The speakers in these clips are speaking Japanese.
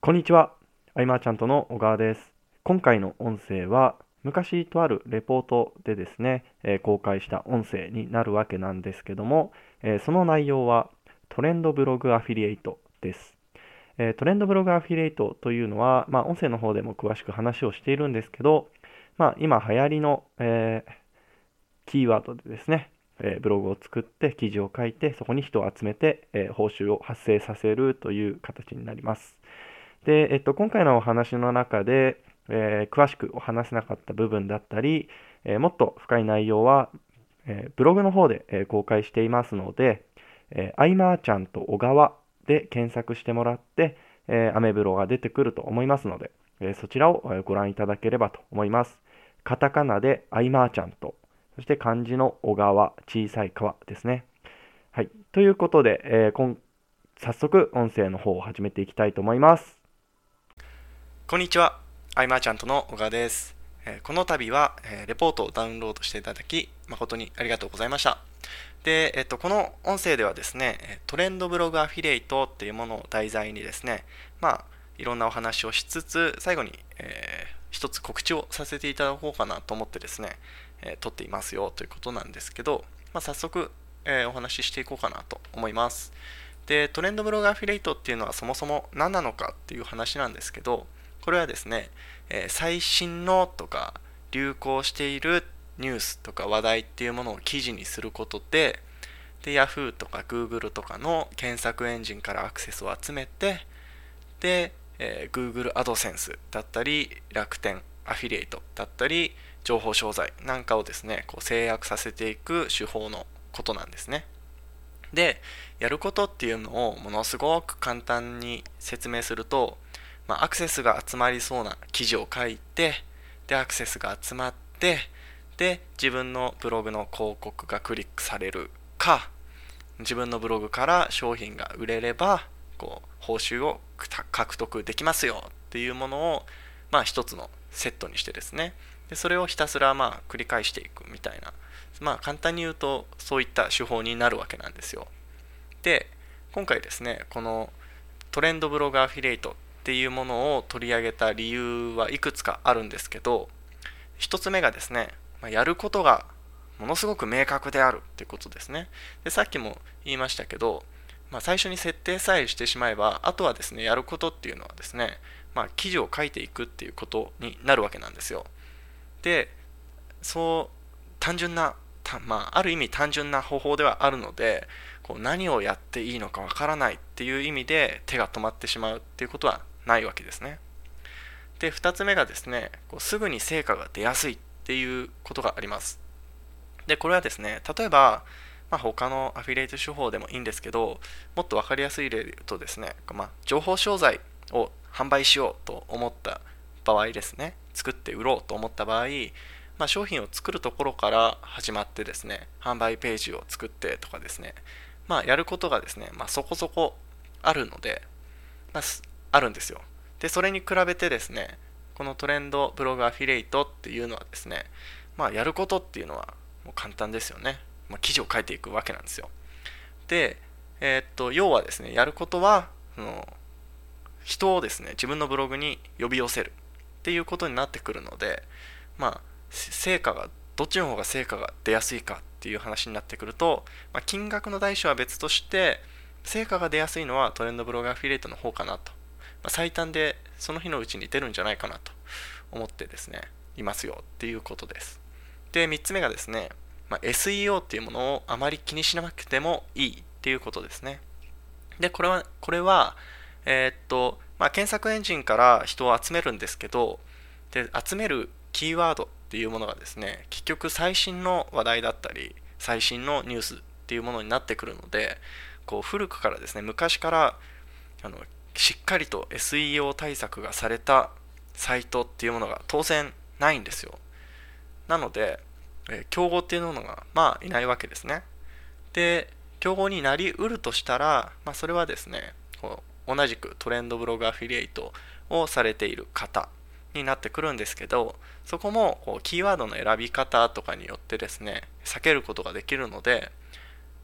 こんにちは。アイマーちゃんとの小川です。今回の音声は昔とあるレポートでですね、公開した音声になるわけなんですけども、その内容はトレンドブログアフィリエイトです。トレンドブログアフィリエイトというのは、音声の方でも詳しく話をしているんですけど、今流行りの、キーワードでですね、ブログを作って記事を書いてそこに人を集めて、報酬を発生させるという形になります。で、今回のお話の中で、詳しくお話せなかった部分だったり、もっと深い内容は、ブログの方で、公開していますので、アイマーちゃんと小川で検索してもらって、アメブロが出てくると思いますので、そちらをご覧いただければと思います。カタカナでアイマーちゃんと、そして漢字の小川、小さい川ですね。はい。ということで、早速音声の方を始めていきたいと思います。 こんにちは、アイマーちゃんとの小川です。この度は、レポートをダウンロードしていただき、誠にありがとうございました。で、この音声ではですね、トレンドブログアフィリエイトっていうものを題材にですね、いろんなお話をしつつ、最後に、一つ告知をさせていただこうかなと思ってですね、撮っていますよということなんですけど、早速、お話ししていこうかなと思います。で、トレンドブログアフィリエイトっていうのはそもそも何なのかっていう話なんですけど、これはですね、最新のとか流行しているニュースとか話題っていうものを記事にすることで、Yahoo とか Google とかの検索エンジンからアクセスを集めて、で、Google AdSense だったり、楽天アフィリエイトだったり、情報商材なんかをですね、こう制約させていく手法のことなんですね。で、やることっていうのをものすごく簡単に説明すると、アクセスが集まりそうな記事を書いて、で、アクセスが集まって、で、自分のブログの広告がクリックされるか、自分のブログから商品が売れれば、報酬を獲得できますよっていうものを、一つのセットにしてですね、でそれをひたすら繰り返していくみたいな、簡単に言うとそういった手法になるわけなんですよ。で、今回ですね、このトレンドブログアフィリエイトっていうものを取り上げた理由はいくつかあるんですけど、一つ目がですね、やることがものすごく明確であるっていうことですね。で、さっきも言いましたけど、最初に設定さえしてしまえば、あとはですね、やることっていうのはですね、記事を書いていくっていうことになるわけなんですよ。で、そう単純な、ある意味単純な方法ではあるので、何をやっていいのかわからないっていう意味で手が止まってしまうっていうことはないわけですね。で、2つ目がですね、すぐに成果が出やすいっていうことがあります。で、これはですね、例えば、他のアフィリエイト手法でもいいんですけど、もっと分かりやすい例で言うとですね、情報商材を販売しようと思った場合ですね、作って売ろうと思った場合、商品を作るところから始まってですね、販売ページを作ってとかですね、やることがですね、そこそこあるので、あるんですよ。で、それに比べてですね、このトレンドブログアフィリエイトっていうのはですね、やることっていうのはもう簡単ですよね。記事を書いていくわけなんですよ。で、要はですね、やることは、人をですね、自分のブログに呼び寄せるっていうことになってくるので、成果が、どっちの方が成果が出やすいかっていう話になってくると、金額の代償は別として、成果が出やすいのはトレンドブログアフィリエイトの方かなと。最短でその日のうちに出るんじゃないかなと思ってですね、いますよっていうことです。で、3つ目がですね、SEO っていうものをあまり気にしなくてもいいっていうことですね。で、これは検索エンジンから人を集めるんですけど、で、集めるキーワードっていうものがですね、結局最新の話題だったり、最新のニュースっていうものになってくるので、古くからですね、昔からしっかりと SEO 対策がされたサイトっていうものが当然ないんですよ。なので、競合っていうものがいないわけですね。で、競合になりうるとしたら、それはですね、同じくトレンドブログアフィリエイトをされている方になってくるんですけど、そこもキーワードの選び方とかによってですね、避けることができるので、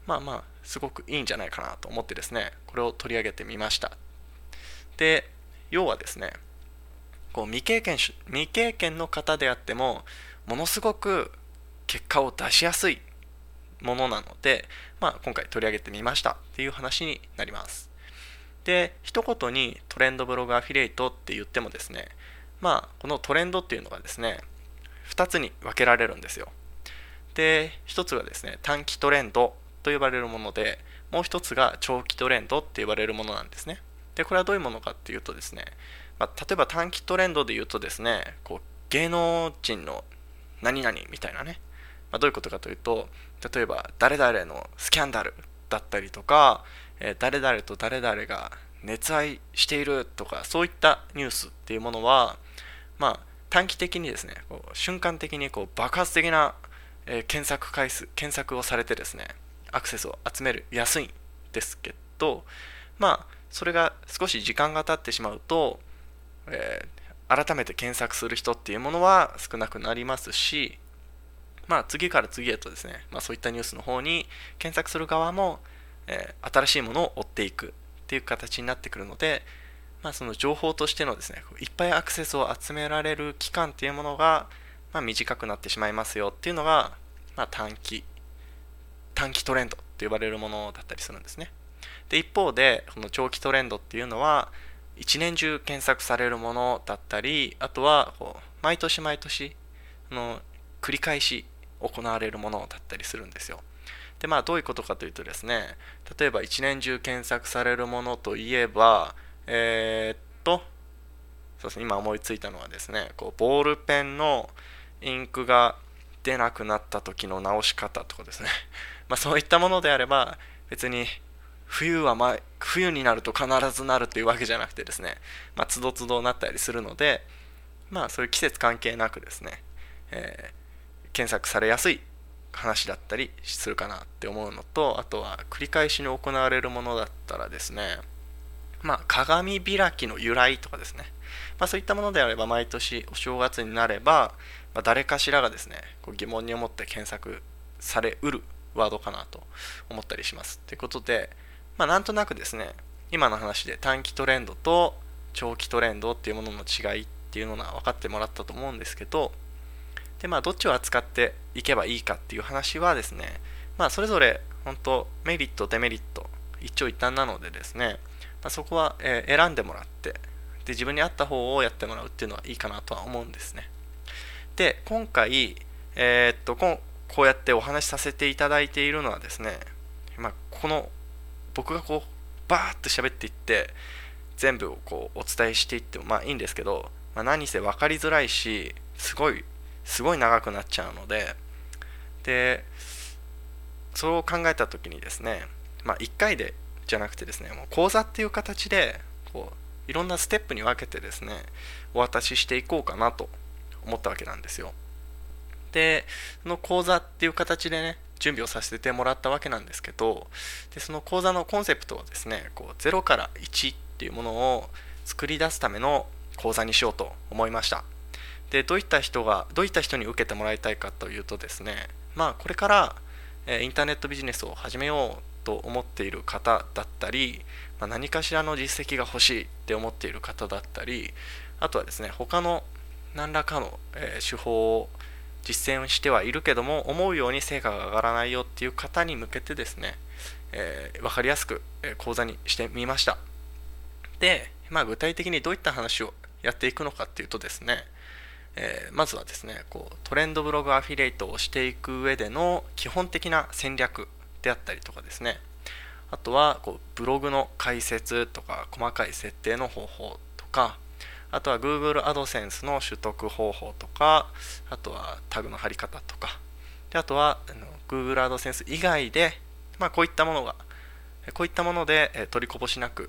すごくいいんじゃないかなと思ってですね、これを取り上げてみました。で、 要はですね、こう未経験の方であってもものすごく結果を出しやすいものなので、今回取り上げてみましたっていう話になります。で、一言にトレンドブログアフィリエイトって言ってもですね、このトレンドっていうのがですね、2つに分けられるんですよ。で、1つがですね、短期トレンドと呼ばれるもので、もう1つが長期トレンドって呼ばれるものなんですね。で、これはどういうものかっていうとですね、例えば短期トレンドで言うとですね、芸能人の何々みたいなね、どういうことかというと、例えば誰々のスキャンダルだったりとか、誰々と誰々が熱愛しているとか、そういったニュースっていうものは、短期的にですね、瞬間的に爆発的な検索をされてですね、アクセスを集めるやすいんですけど、それが少し時間が経ってしまうと、改めて検索する人っていうものは少なくなりますし、次から次へとですね、そういったニュースの方に検索する側も、新しいものを追っていくっていう形になってくるので、その情報としてのですね、いっぱいアクセスを集められる期間っていうものが、短くなってしまいますよっていうのが、短期トレンドと呼ばれるものだったりするんですね。で、一方でこの長期トレンドっていうのは一年中検索されるものだったり、あとは毎年毎年繰り返し行われるものだったりするんですよ。で、どういうことかというとですね、例えば一年中検索されるものといえば、そうですね、今思いついたのはですね、ボールペンのインクが出なくなった時の直し方とかですねそういったものであれば、別に冬になると必ずなるというわけじゃなくてですね、つどつどなったりするので、そういう季節関係なくですね、検索されやすい話だったりするかなって思うのと、あとは繰り返しに行われるものだったらですね、鏡開きの由来とかですね、そういったものであれば毎年お正月になれば、誰かしらがですね疑問に思って検索されうるワードかなと思ったりします。ということで、なんとなくですね、今の話で短期トレンドと長期トレンドっていうものの違いっていうのが分かってもらったと思うんですけど、でどっちを扱っていけばいいかっていう話はですね、それぞれ本当メリットデメリット一長一短なのでですね、そこは選んでもらって、で自分に合った方をやってもらうっていうのはいいかなとは思うんですね。で、今回、こうやってお話しさせていただいているのはですね、僕がバーッと喋っていって全部をお伝えしていってもいいんですけど、何せ分かりづらいし、すごい長くなっちゃうので、それを考えた時にですね、1回でじゃなくてですね、もう講座っていう形でいろんなステップに分けてですね、お渡ししていこうかなと思ったわけなんですよ。で、その講座っていう形でね、準備をさせてもらったわけなんですけど、でその講座のコンセプトはですね、0から1っていうものを作り出すための講座にしようと思いました。で、どういった人に受けてもらいたいかというとですね、これからインターネットビジネスを始めようと思っている方だったり、何かしらの実績が欲しいって思っている方だったり、あとはですね、他の何らかの手法を実践してはいるけども思うように成果が上がらないよっていう方に向けてですね、分かりやすく講座にしてみました。で、具体的にどういった話をやっていくのかっていうとですね、まずはですね、トレンドブログアフィリエイトをしていく上での基本的な戦略であったりとかですね、あとはブログの解説とか細かい設定の方法とか、あとは Google AdSense の取得方法とか、あとはタグの貼り方とか、であとはGoogle AdSense 以外で、こういったもので取りこぼしなく、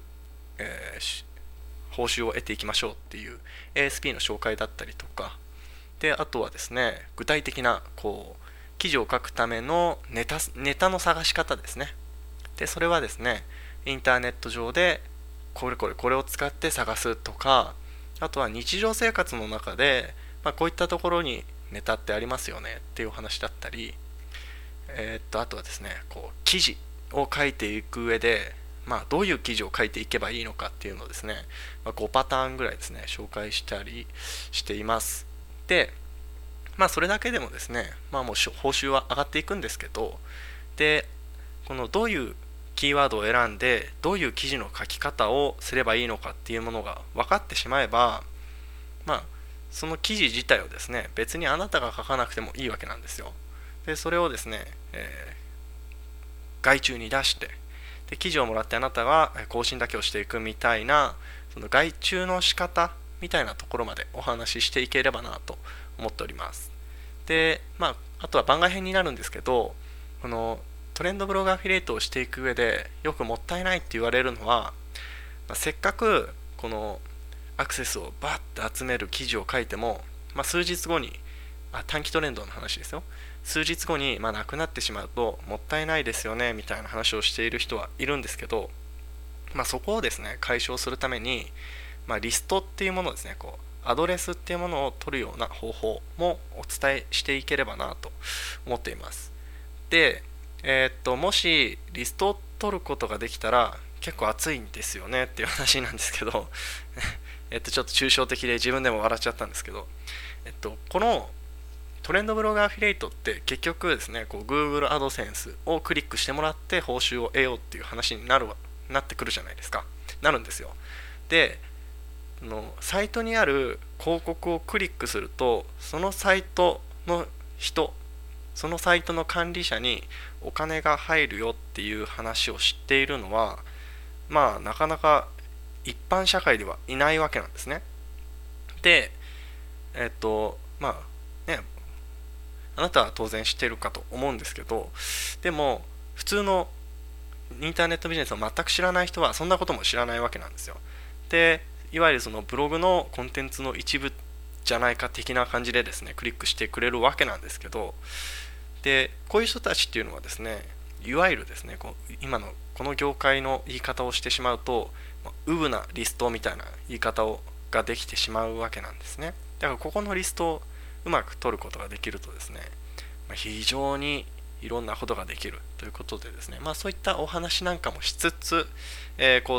報酬を得ていきましょうっていう ASP の紹介だったりとか、であとはですね、具体的な記事を書くためのネタの探し方ですね。でそれはですね、インターネット上でこれを使って探すとか、あとは日常生活の中で、こういったところにネタってありますよねっていう話だったり、あとはですね、記事を書いていく上で、 どういう記事を書いていけばいいのかっていうのをですね、5パターンぐらいですね、紹介したりしています。で、それだけでもですね、もう報酬は上がっていくんですけど、で、このどういうキーワードを選んで、どういう記事の書き方をすればいいのかっていうものが分かってしまえば、その記事自体をですね、別にあなたが書かなくてもいいわけなんですよ。で、それをですね、外注に出して、で記事をもらってあなたが更新だけをしていくみたいな、その外注の仕方みたいなところまでお話ししていければなと思っております。で、あとは番外編になるんですけど、このトレンドブログアフィリエイトをしていく上でよくもったいないって言われるのは、せっかくこのアクセスをバッと集める記事を書いても、数日後に短期トレンドの話ですよ、数日後になくなってしまうともったいないですよねみたいな話をしている人はいるんですけど、そこをですね解消するために、リストっていうものですね、アドレスっていうものを取るような方法もお伝えしていければなと思っています。で、もしリストを取ることができたら結構熱いんですよねっていう話なんですけどちょっと抽象的で自分でも笑っちゃったんですけど、このトレンドブログアフィリエイトって結局ですね、Google AdSense をクリックしてもらって報酬を得ようっていう話になってくるじゃないですか。なるんですよ。で、サイトにある広告をクリックすると、そのサイトの人、そのサイトの管理者にお金が入るよっていう話を知っているのは、なかなか一般社会ではいないわけなんですね。で、ね、あなたは当然知っているかと思うんですけど、でも普通のインターネットビジネスを全く知らない人はそんなことも知らないわけなんですよ。で、いわゆるそのブログのコンテンツの一部じゃないか的な感じでですね、クリックしてくれるわけなんですけど、で、こういう人たちっていうのはですね、いわゆるですね、今のこの業界の言い方をしてしまうと、ウブなリストみたいな言い方ができてしまうわけなんですね。だからここのリストをうまく取ることができるとですね、非常にいろんなことができるということでですね、そういったお話なんかもしつつ、講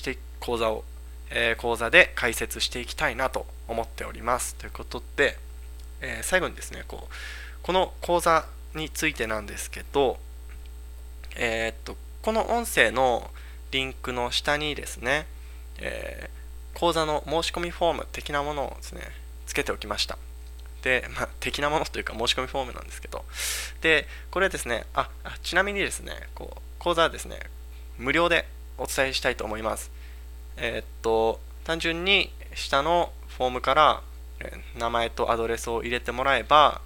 座で解説していきたいなと思っております。ということで、最後にですね、この講座についてなんですけど、この音声のリンクの下にですね、講座の申し込みフォーム的なものをですね、つけておきました。で、的なものというか申し込みフォームなんですけど、で、これですね、ちなみにですね、講座はですね、無料でお伝えしたいと思います。単純に下のフォームから、名前とアドレスを入れてもらえば、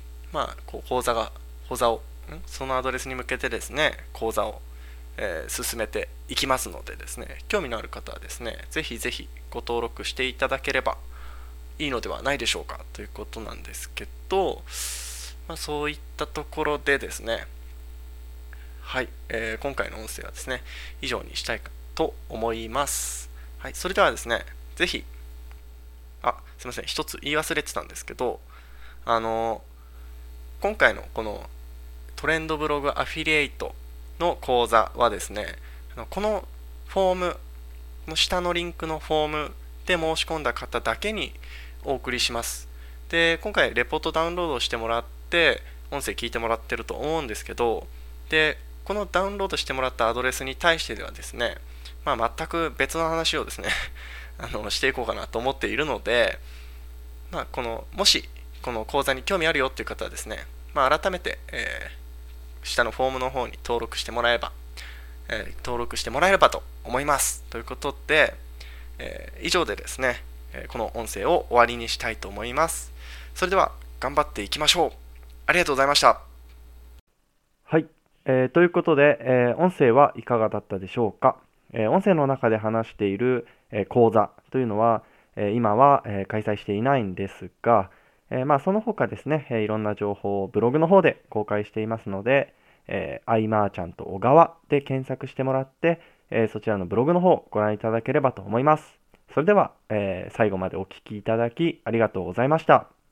そのアドレスに向けてですね、講座を、進めていきますのでですね、興味のある方はですね、ぜひぜひご登録していただければいいのではないでしょうかということなんですけど、そういったところでですね、はい、今回の音声はですね、以上にしたいかと思います。はい、それではですね、ぜひ、すいません、一つ言い忘れてたんですけど、今回のこのトレンドブログアフィリエイトの講座はですね、このフォームの下のリンクのフォームで申し込んだ方だけにお送りします。で、今回レポートダウンロードしてもらって音声聞いてもらってると思うんですけど、で、このダウンロードしてもらったアドレスに対してではですね、全く別の話をですねしていこうかなと思っているので、もしこの講座に興味あるよっていう方はですね、改めて、下のフォームの方に登録してもらえればと思います。ということで、以上でですね、この音声を終わりにしたいと思います。それでは頑張っていきましょう。ありがとうございました。 はい、ということで、音声はいかがだったでしょうか。音声の中で話している、講座というのは、今は、開催していないんですが、その他ですね、いろんな情報をブログの方で公開していますので、iMerchant小川で検索してもらって、そちらのブログの方ご覧いただければと思います。それでは、最後までお聞きいただきありがとうございました。